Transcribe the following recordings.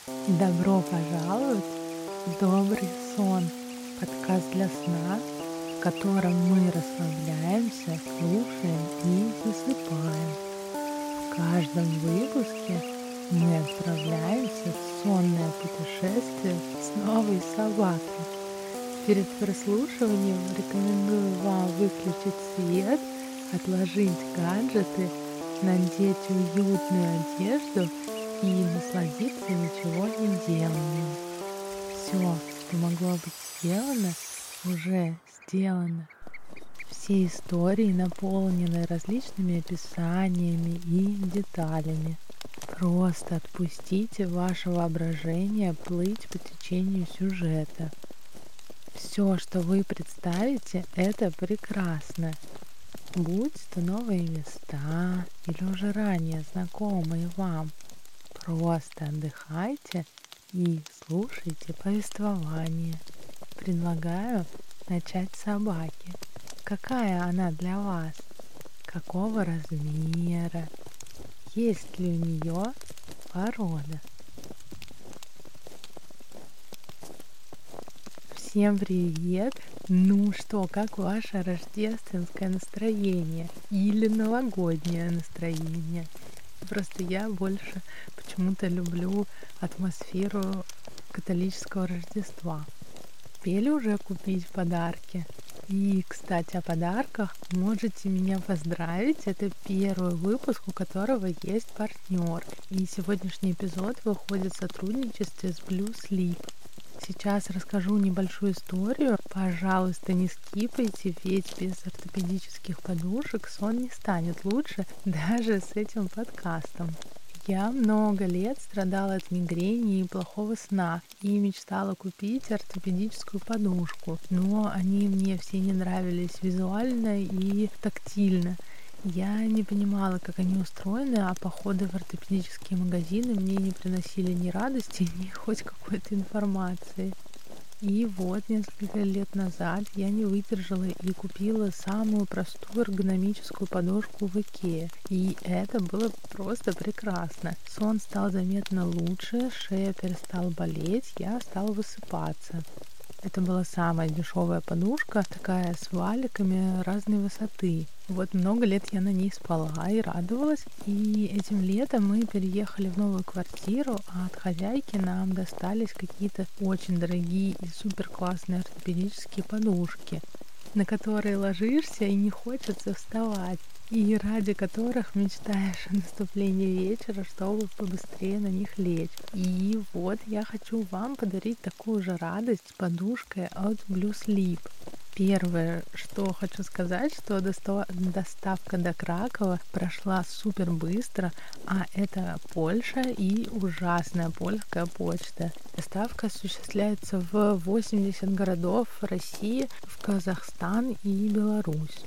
Добро пожаловать в «Добрый сон» — подкаст для сна, в котором мы расслабляемся, слушаем и засыпаем. В каждом выпуске мы отправляемся в сонное путешествие с новой собакой. Перед прослушиванием рекомендую вам выключить свет, отложить гаджеты, надеть уютную одежду и насладиться ничего не деланием. Все, что могло быть сделано, уже сделано. Все истории наполнены различными описаниями и деталями. Просто отпустите ваше воображение плыть по течению сюжета. Все, что вы представите, это прекрасно. Будь то новые места или уже ранее знакомые вам. Просто отдыхайте и слушайте повествование. Предлагаю начать с собаки. Какая она для вас? Какого размера? Есть ли у нее порода? Всем привет! Ну что, как ваше рождественское настроение или новогоднее настроение? Просто я больше почему-то люблю атмосферу католического Рождества. Успели уже купить подарки? И, кстати, о подарках можете меня поздравить. Это первый выпуск, у которого есть партнер. И сегодняшний эпизод выходит в сотрудничестве с Blue Sleep. Сейчас расскажу небольшую историю. Пожалуйста, не скипайте, ведь без ортопедических подушек сон не станет лучше даже с этим подкастом. Я много лет страдала от мигрени и плохого сна и мечтала купить ортопедическую подушку, но они мне все не нравились визуально и тактильно. Я не понимала, как они устроены, а походы в ортопедические магазины мне не приносили ни радости, ни хоть какой-то информации. И вот несколько лет назад я не выдержала и купила самую простую эргономическую подушку в Икее. И это было просто прекрасно. Сон стал заметно лучше, шея перестала болеть, я стала высыпаться. Это была самая дешевая подушка, такая с валиками разной высоты. Вот много лет я на ней спала и радовалась. И этим летом мы переехали в новую квартиру, а от хозяйки нам достались какие-то очень дорогие и супер классные ортопедические подушки, на которые ложишься и не хочется вставать, и ради которых мечтаешь о наступлении вечера, чтобы побыстрее на них лечь. И вот я хочу вам подарить такую же радость с подушкой от Blue Sleep. Первое, что хочу сказать, что доставка до Кракова прошла супер быстро, а это Польша и ужасная польская почта. Доставка осуществляется в 80 городов России, в Казахстан и Беларусь.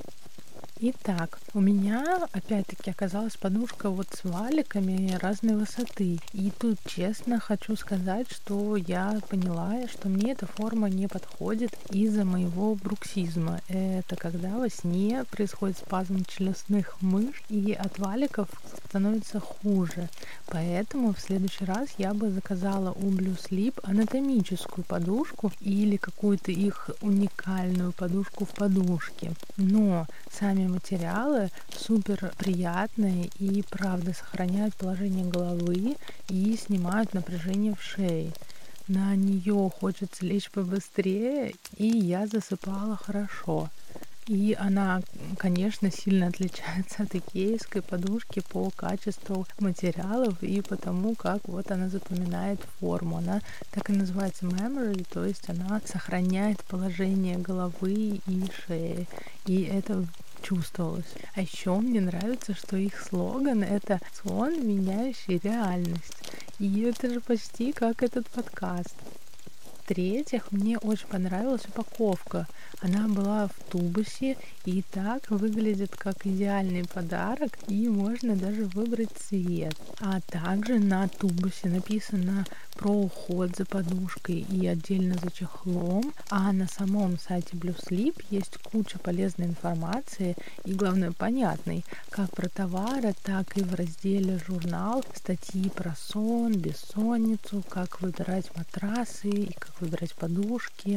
Итак, у меня опять-таки оказалась подушка вот с валиками разной высоты. И тут честно хочу сказать, что я поняла, что мне эта форма не подходит из-за моего бруксизма. Это когда во сне происходит спазм челюстных мышц и от валиков становится хуже. Поэтому в следующий раз я бы заказала у Blue Sleep анатомическую подушку или какую-то их уникальную подушку в подушке. Но сами материалы супер приятные и правда сохраняют положение головы и снимают напряжение в шее. На нее хочется лечь побыстрее, и я засыпала хорошо. И она, конечно, сильно отличается от икеевской подушки по качеству материалов и потому, как вот она запоминает форму. Она так и называется memory, то есть она сохраняет положение головы и шеи. И это чувствовалось. А еще мне нравится, что их слоган — это «Сон, меняющий реальность». И это же почти как этот подкаст. В-третьих, мне очень понравилась упаковка. Она была в тубусе и так выглядит как идеальный подарок, и можно даже выбрать цвет. А также на тубусе написано про уход за подушкой и отдельно за чехлом, а на самом сайте Blue Sleep есть куча полезной информации и, главное, понятной, как про товары, так и в разделе «Журнал» статьи про сон, бессонницу, как выбирать матрасы и как выбирать подушки.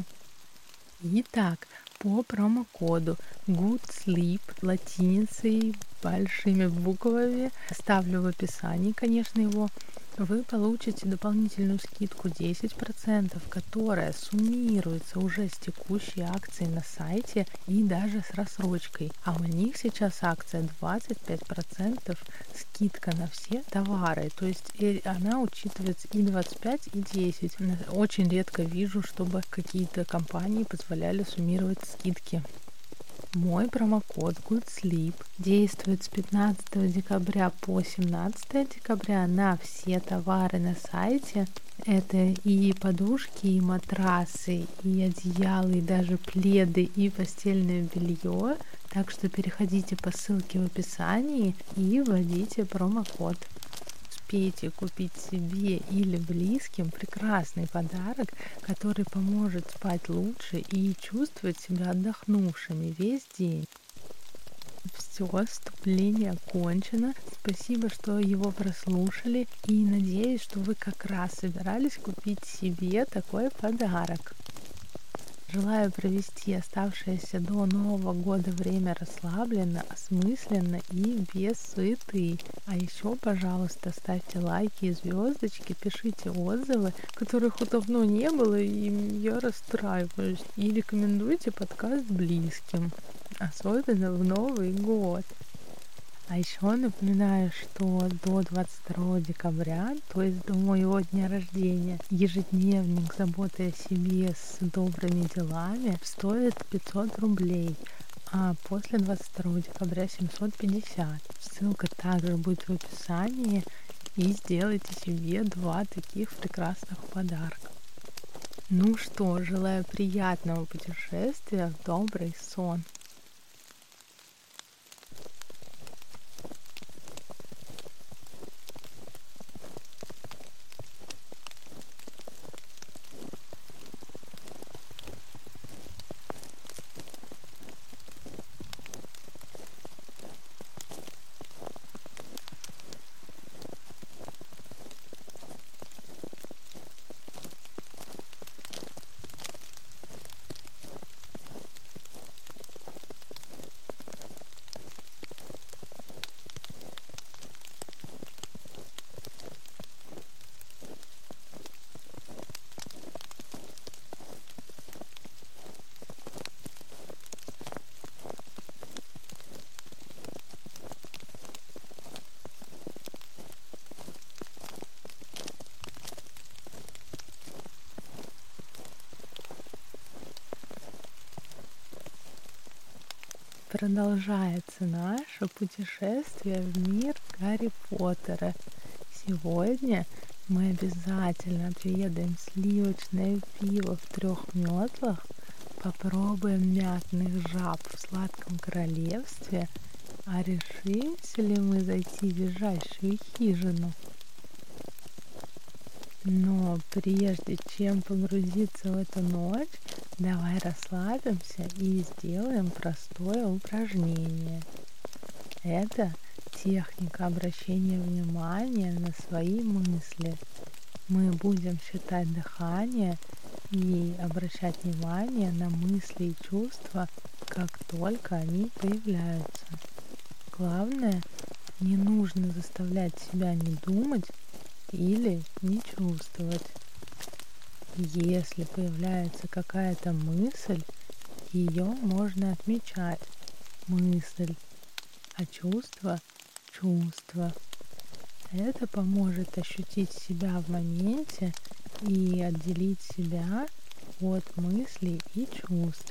Итак, по промокоду Good Sleep латиницей большими буквами, оставлю в описании, конечно, его, вы получите дополнительную скидку 10%, которая суммируется уже с текущей акцией на сайте и даже с рассрочкой. А у них сейчас акция 25% скидка на все товары. То есть она учитывается и 25, и 10. Очень редко вижу, чтобы какие-то компании позволяли суммировать скидки. Мой промокод Good Sleep действует с 15 декабря по 17 декабря на все товары на сайте. Это и подушки, и матрасы, и одеяла, и даже пледы, и постельное белье. Так что переходите по ссылке в описании и вводите промокод. Успейте купить себе или близким прекрасный подарок, который поможет спать лучше и чувствовать себя отдохнувшими весь день. Все, вступление окончено. Спасибо, что его прослушали, и надеюсь, что вы как раз собирались купить себе такой подарок. Желаю провести оставшееся до Нового года время расслабленно, осмысленно и без суеты. А еще, пожалуйста, ставьте лайки и звездочки, пишите отзывы, которых давно не было, и я расстраиваюсь. И рекомендуйте подкаст близким, особенно в Новый год. А еще напоминаю, что до 22 декабря, то есть до моего дня рождения, ежедневник заботы о себе с добрыми делами стоит 500 рублей, а после 22 декабря 750. Ссылка также будет в описании, и сделайте себе 2 таких прекрасных подарка. Ну что, желаю приятного путешествия, добрый сон. Продолжается наше путешествие в мир Гарри Поттера. Сегодня мы обязательно отведаем сливочное пиво в 3 метлах, попробуем мятных жаб в сладком королевстве, а решимся ли мы зайти в ближайшую хижину? Но прежде чем погрузиться в эту ночь, давай расслабимся и сделаем простое упражнение. Это техника обращения внимания на свои мысли. Мы будем считать дыхание и обращать внимание на мысли и чувства, как только они появляются. Главное, не нужно заставлять себя не думать или не чувствовать. Если появляется какая-то мысль, ее можно отмечать. Мысль, а чувство — чувство. Это поможет ощутить себя в моменте и отделить себя от мыслей и чувств.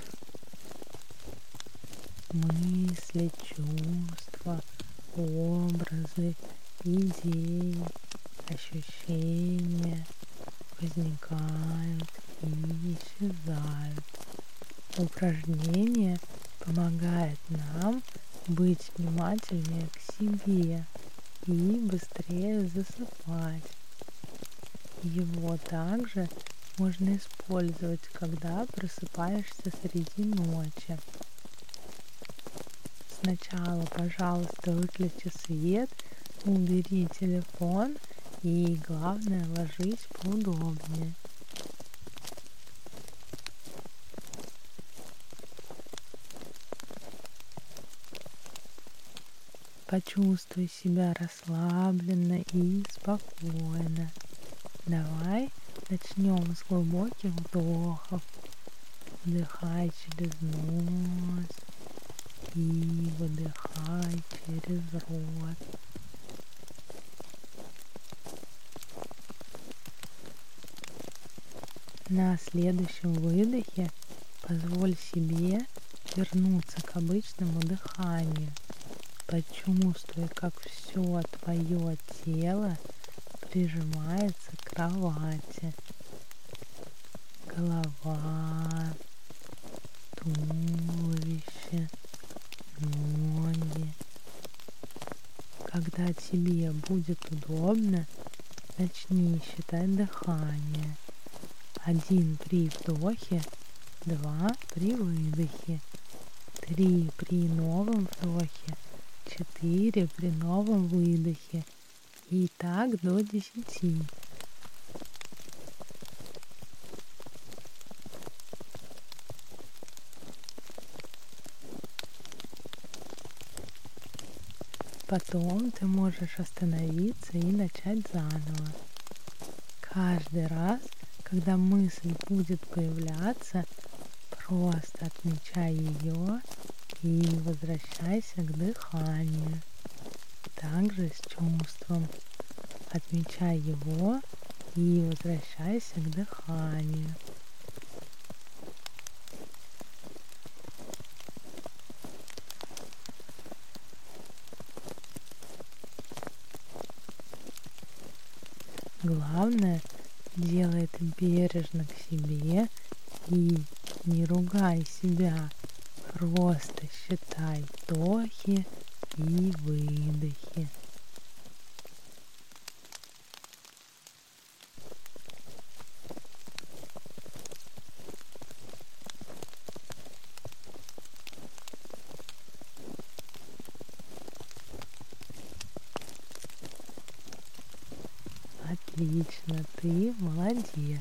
Мысли, чувства, образы, идеи, ощущения возникают и упражнение помогает нам быть внимательнее к себе и быстрее засыпать. Его также можно использовать, когда просыпаешься среди ночи. Сначала, пожалуйста, выключи свет, убери телефон и, главное, ложись поудобнее. Почувствуй себя расслабленно и спокойно. Давай начнем с глубоких вдохов. Вдыхай через нос и выдыхай через рот. На следующем выдохе позволь себе вернуться к обычному дыханию. Почувствуй, как все твое тело прижимается к кровати. Голова, туловище, ноги. Когда тебе будет удобно, начни считать дыхание. 1 при вдохе, 2 при выдохе, 3 при новом вдохе, 4 при новом выдохе и так до 10. Потом ты можешь остановиться и начать заново. Каждый раз, когда мысль будет появляться, просто отмечай ее и возвращайся к дыханию. Также с чувством. Отмечай его и возвращайся к дыханию. Главное, делай это бережно к себе и не ругай себя. Просто считай вдохи и выдохи. Отлично, ты молодец.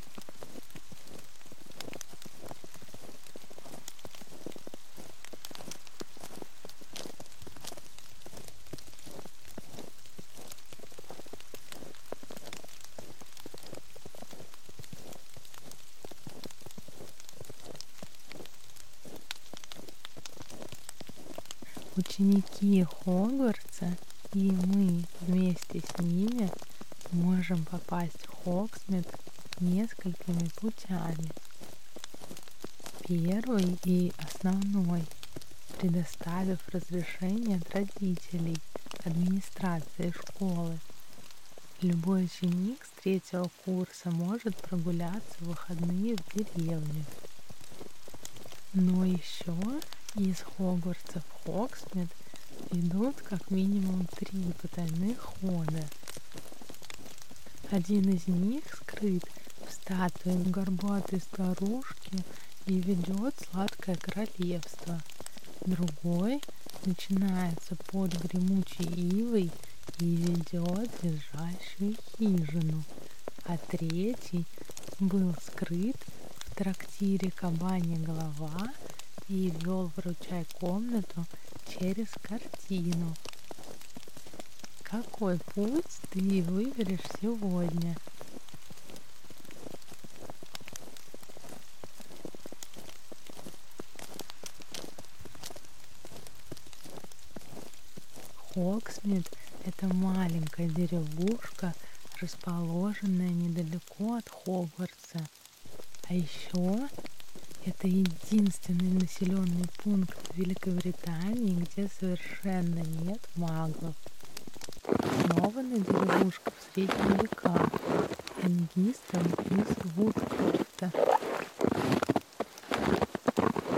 Ученики Хогвартса и мы вместе с ними можем попасть в Хогсмит несколькими путями. Первый и основной, предоставив разрешение от родителей, администрации школы. Любой ученик с 3-го курса может прогуляться в выходные в деревню. Но еще из Хогвартса в Хогсмит идут как минимум 3 потайных хода. Один из них скрыт в статуе горбатой старушки и ведет сладкое королевство. Другой начинается под гремучей ивой и ведет визжащую хижину. А третий был скрыт в трактире «Кабанья голова» и вел «Вручай комнату» через картину. Какой путь ты выберешь сегодня? Хогсмит – это маленькая деревушка, расположенная недалеко от Хогвартса. А еще это единственный населенный пункт Великобритании, где совершенно нет маглов. Основана деревушка в средние века Энгистом из Вудкрофта.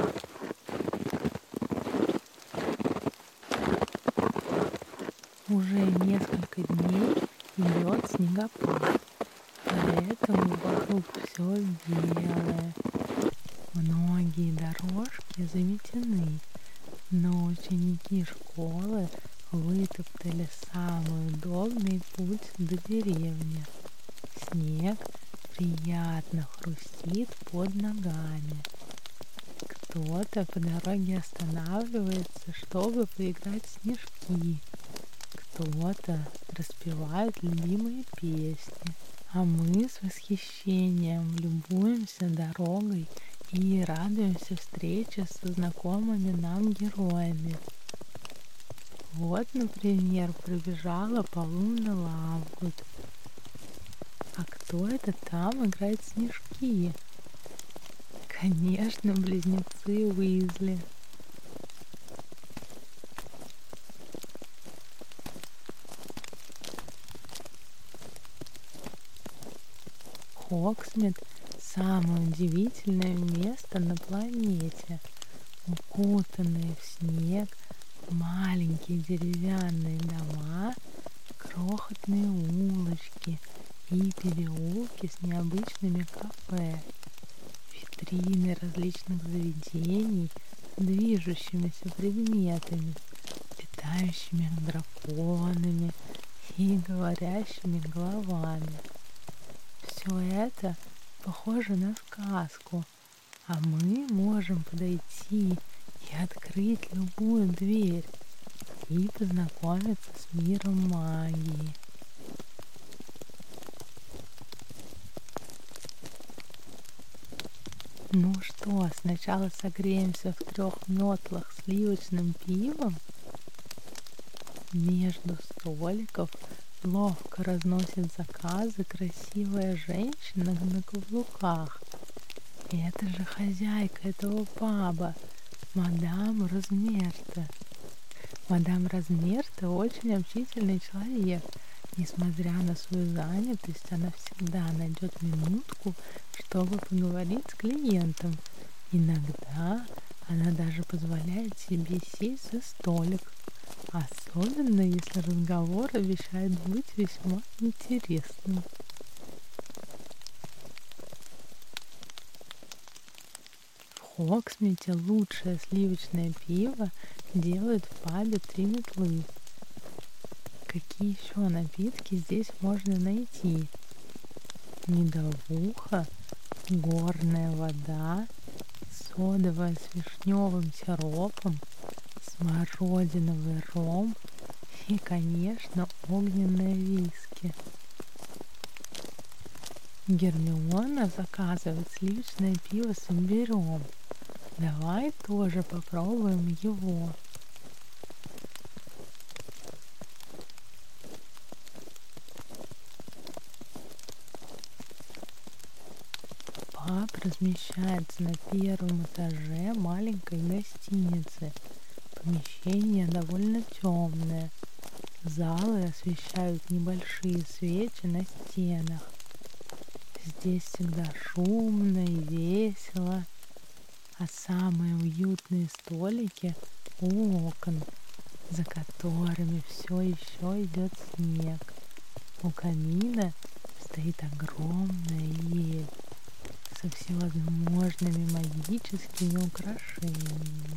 Уже несколько дней идет снегопад, поэтому вокруг все белое. Многие дорожки заметены, но ученики школы вытоптали самый удобный путь до деревни. Снег приятно хрустит под ногами. Кто-то по дороге останавливается, чтобы поиграть в снежки. Кто-то распевает любимые песни. А мы с восхищением любуемся дорогой и радуемся встрече со знакомыми нам героями. Вот, например, пробежала по Лунной Лавгуд. А кто это там играет в снежки? Конечно, близнецы Уизли. Хоксмит — самое удивительное место на планете. Укутанные в снег маленькие деревянные дома, крохотные улочки и переулки с необычными кафе, витрины различных заведений с движущимися предметами, летающими драконами и говорящими головами. Все это похоже на сказку, а мы можем подойти и открыть любую дверь и познакомиться с миром магии. Ну что, сначала согреемся в 3 метлах сливочным пивом? Между столиков ловко разносит заказы красивая женщина на каблуках. Это же хозяйка этого паба, мадам Размерта. Мадам Размерта очень общительный человек. Несмотря на свою занятость, она всегда найдет минутку, чтобы поговорить с клиентом. Иногда она даже позволяет себе сесть за столик, особенно если разговор обещает быть весьма интересным. В Хоксмите лучшее сливочное пиво делают в пабе «Три метлы». Какие еще напитки здесь можно найти? Медовуха, горная вода, содовая с вишневым сиропом, смородиновый ром и, конечно, огненное виски. Гермиона заказывает сливочное пиво с имбирем. Давай тоже попробуем его. Паб размещается на 1 этаже маленькой гостиницы. Помещение довольно темное. Залы освещают небольшие свечи на стенах. Здесь всегда шумно и весело, а самые уютные столики у окон, за которыми все еще идет снег. У камина стоит огромная ель со всевозможными магическими украшениями.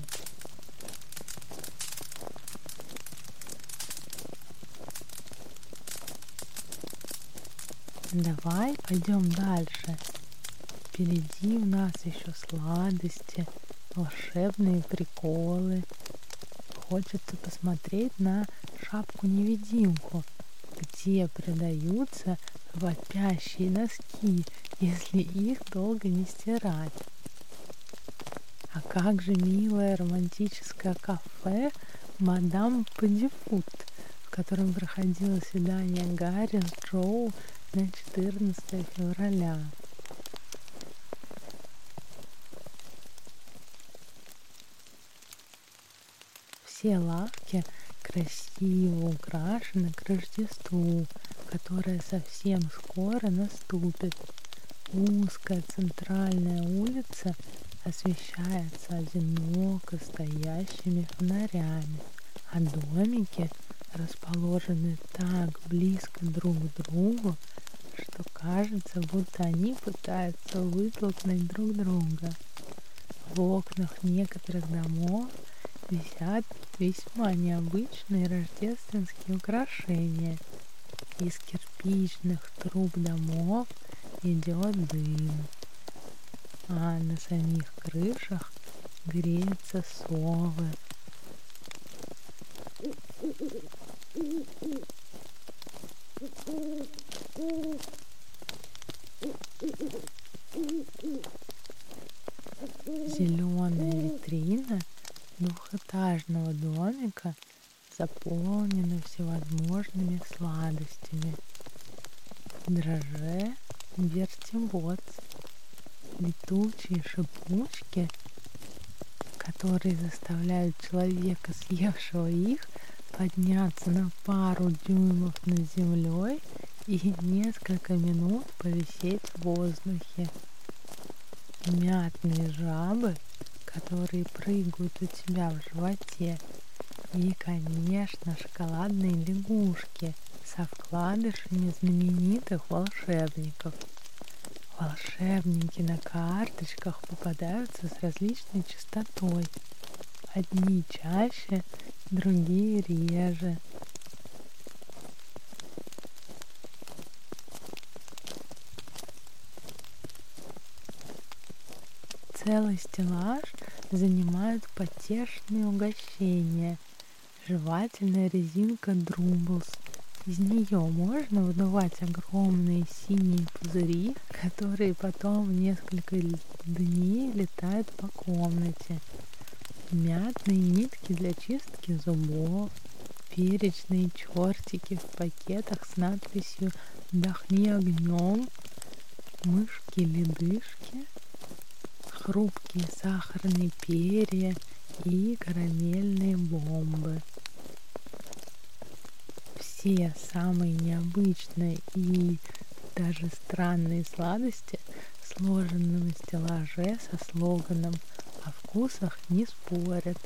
Давай пойдем дальше. Впереди у нас еще сладости, волшебные приколы. Хочется посмотреть на шапку-невидимку, где продаются вопящие носки, если их долго не стирать. А как же милое романтическое кафе «Мадам Паддифут», в котором проходило свидание Гарри с Джоу на 14 февраля. Все лавки красиво украшены к Рождеству, которое совсем скоро наступит. Узкая центральная улица освещается одиноко стоящими фонарями, а домики расположены так близко друг к другу, что кажется, будто они пытаются вытолкнуть друг друга. В окнах некоторых домов висят весьма необычные рождественские украшения. Из кирпичных труб домов идет дым, а на самих крышах греются совы. Зеленая витрина двухэтажного домика заполнена всевозможными сладостями. Дрожже, вертибоц, летучие шипучки, которые заставляют человека, съевшего их, подняться на пару дюймов над землей и несколько минут повисеть в воздухе. Мятные жабы, которые прыгают у тебя в животе, и, конечно, шоколадные лягушки со вкладышами знаменитых волшебников. Волшебники на карточках попадаются с различной частотой. Одни чаще, другие реже. Целый стеллаж занимают потешные угощения. Жевательная резинка Друмблс. Из нее можно выдувать огромные синие пузыри, которые потом несколько дней летают по комнате. Мятные нитки для чистки зубов, перечные чертики в пакетах с надписью «Вдохни огнем», мышки-ледышки, хрупкие сахарные перья и карамельные бомбы. Все самые необычные и даже странные сладости сложены на стеллаже со слоганом «О вкусах не спорят».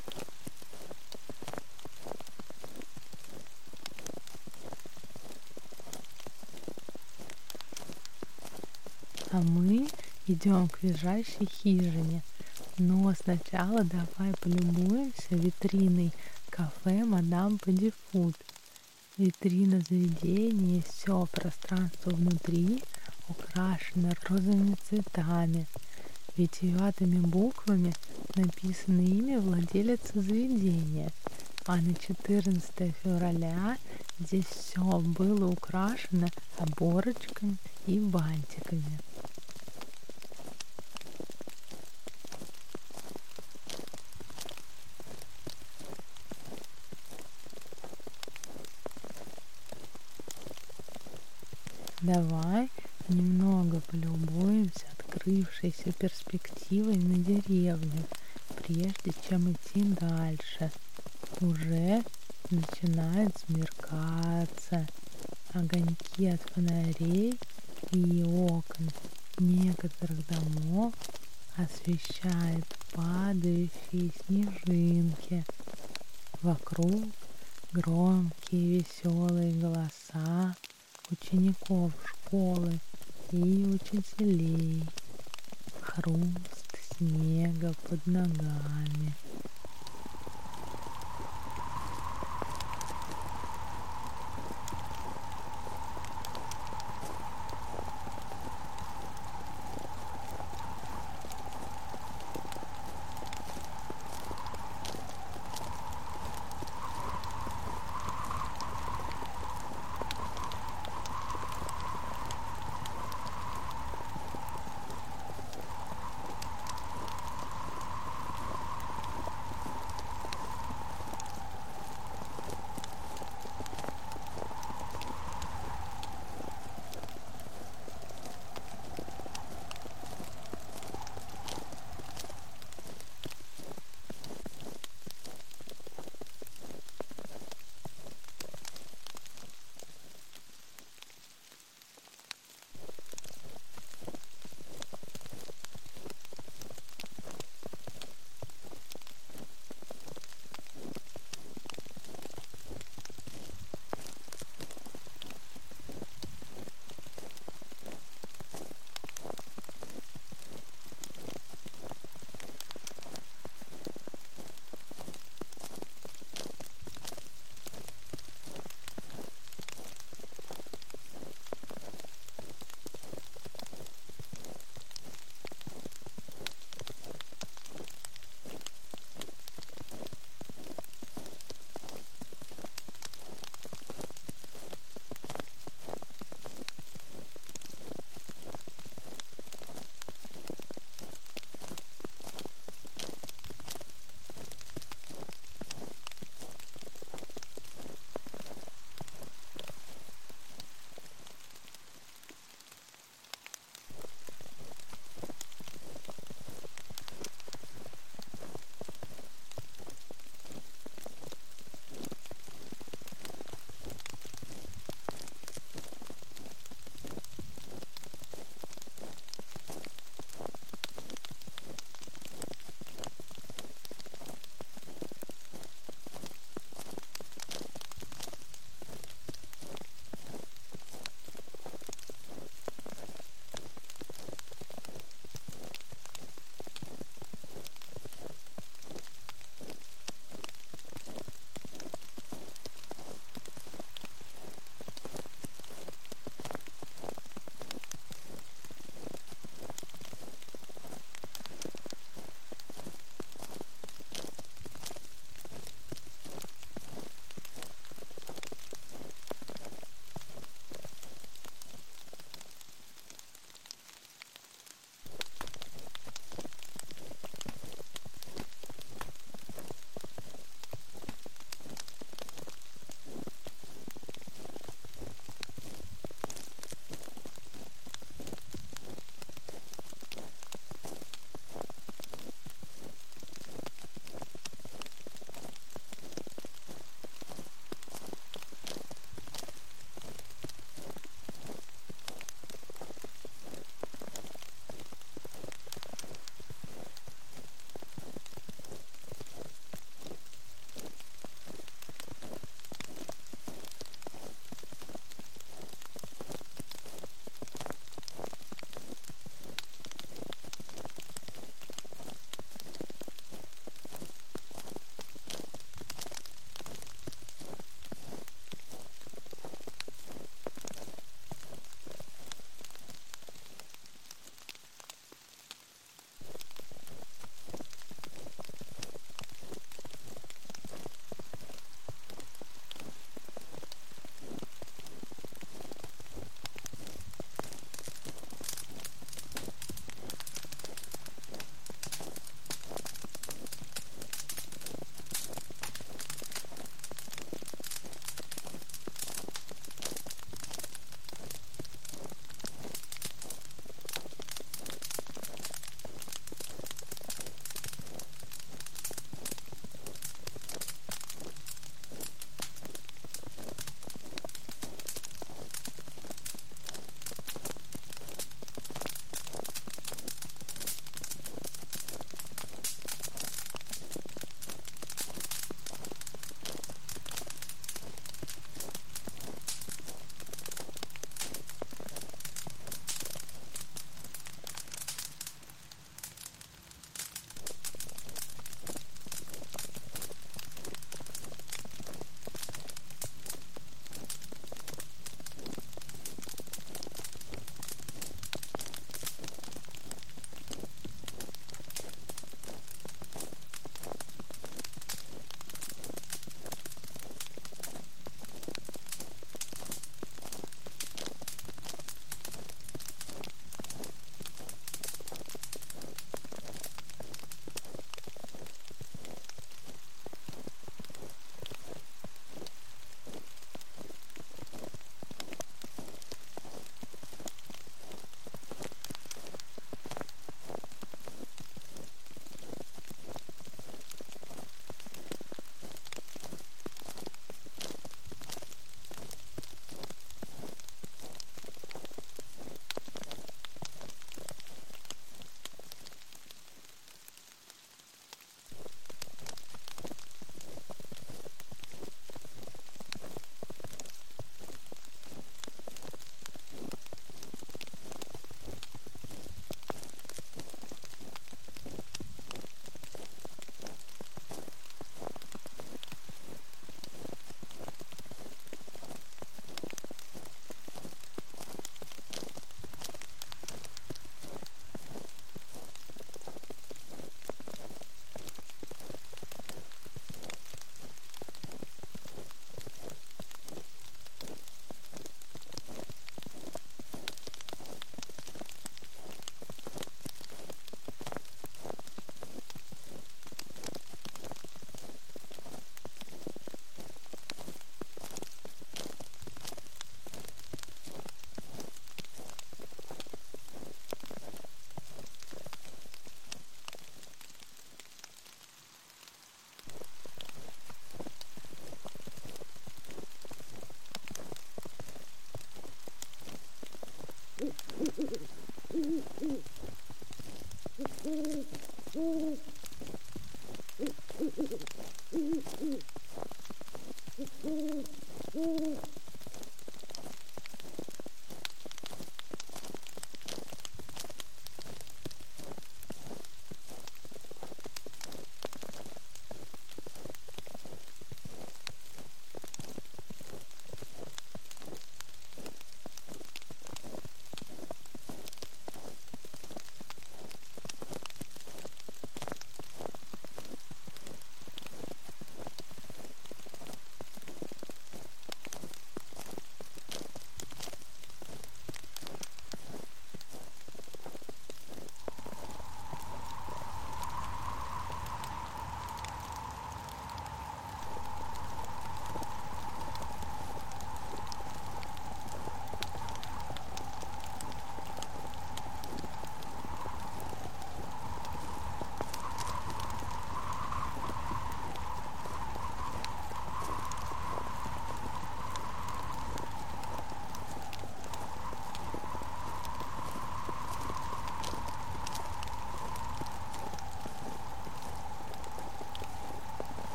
А мы идем к визжащей хижине, но сначала давай полюбуемся витриной кафе «Мадам Паддифуд». Витрина заведения, все пространство внутри украшено розовыми цветами. Витиеватыми буквами написано имя владелицы заведения, а на 14 февраля здесь все было украшено оборочками и бантиками. Давай немного полюбуемся открывшейся перспективой на деревню, прежде чем идти дальше. Уже начинает смеркаться. Огоньки от фонарей и окон некоторых домов освещают падающие снежинки. Вокруг громкие веселые голоса учеников школы и учителей, хруст снега под ногами.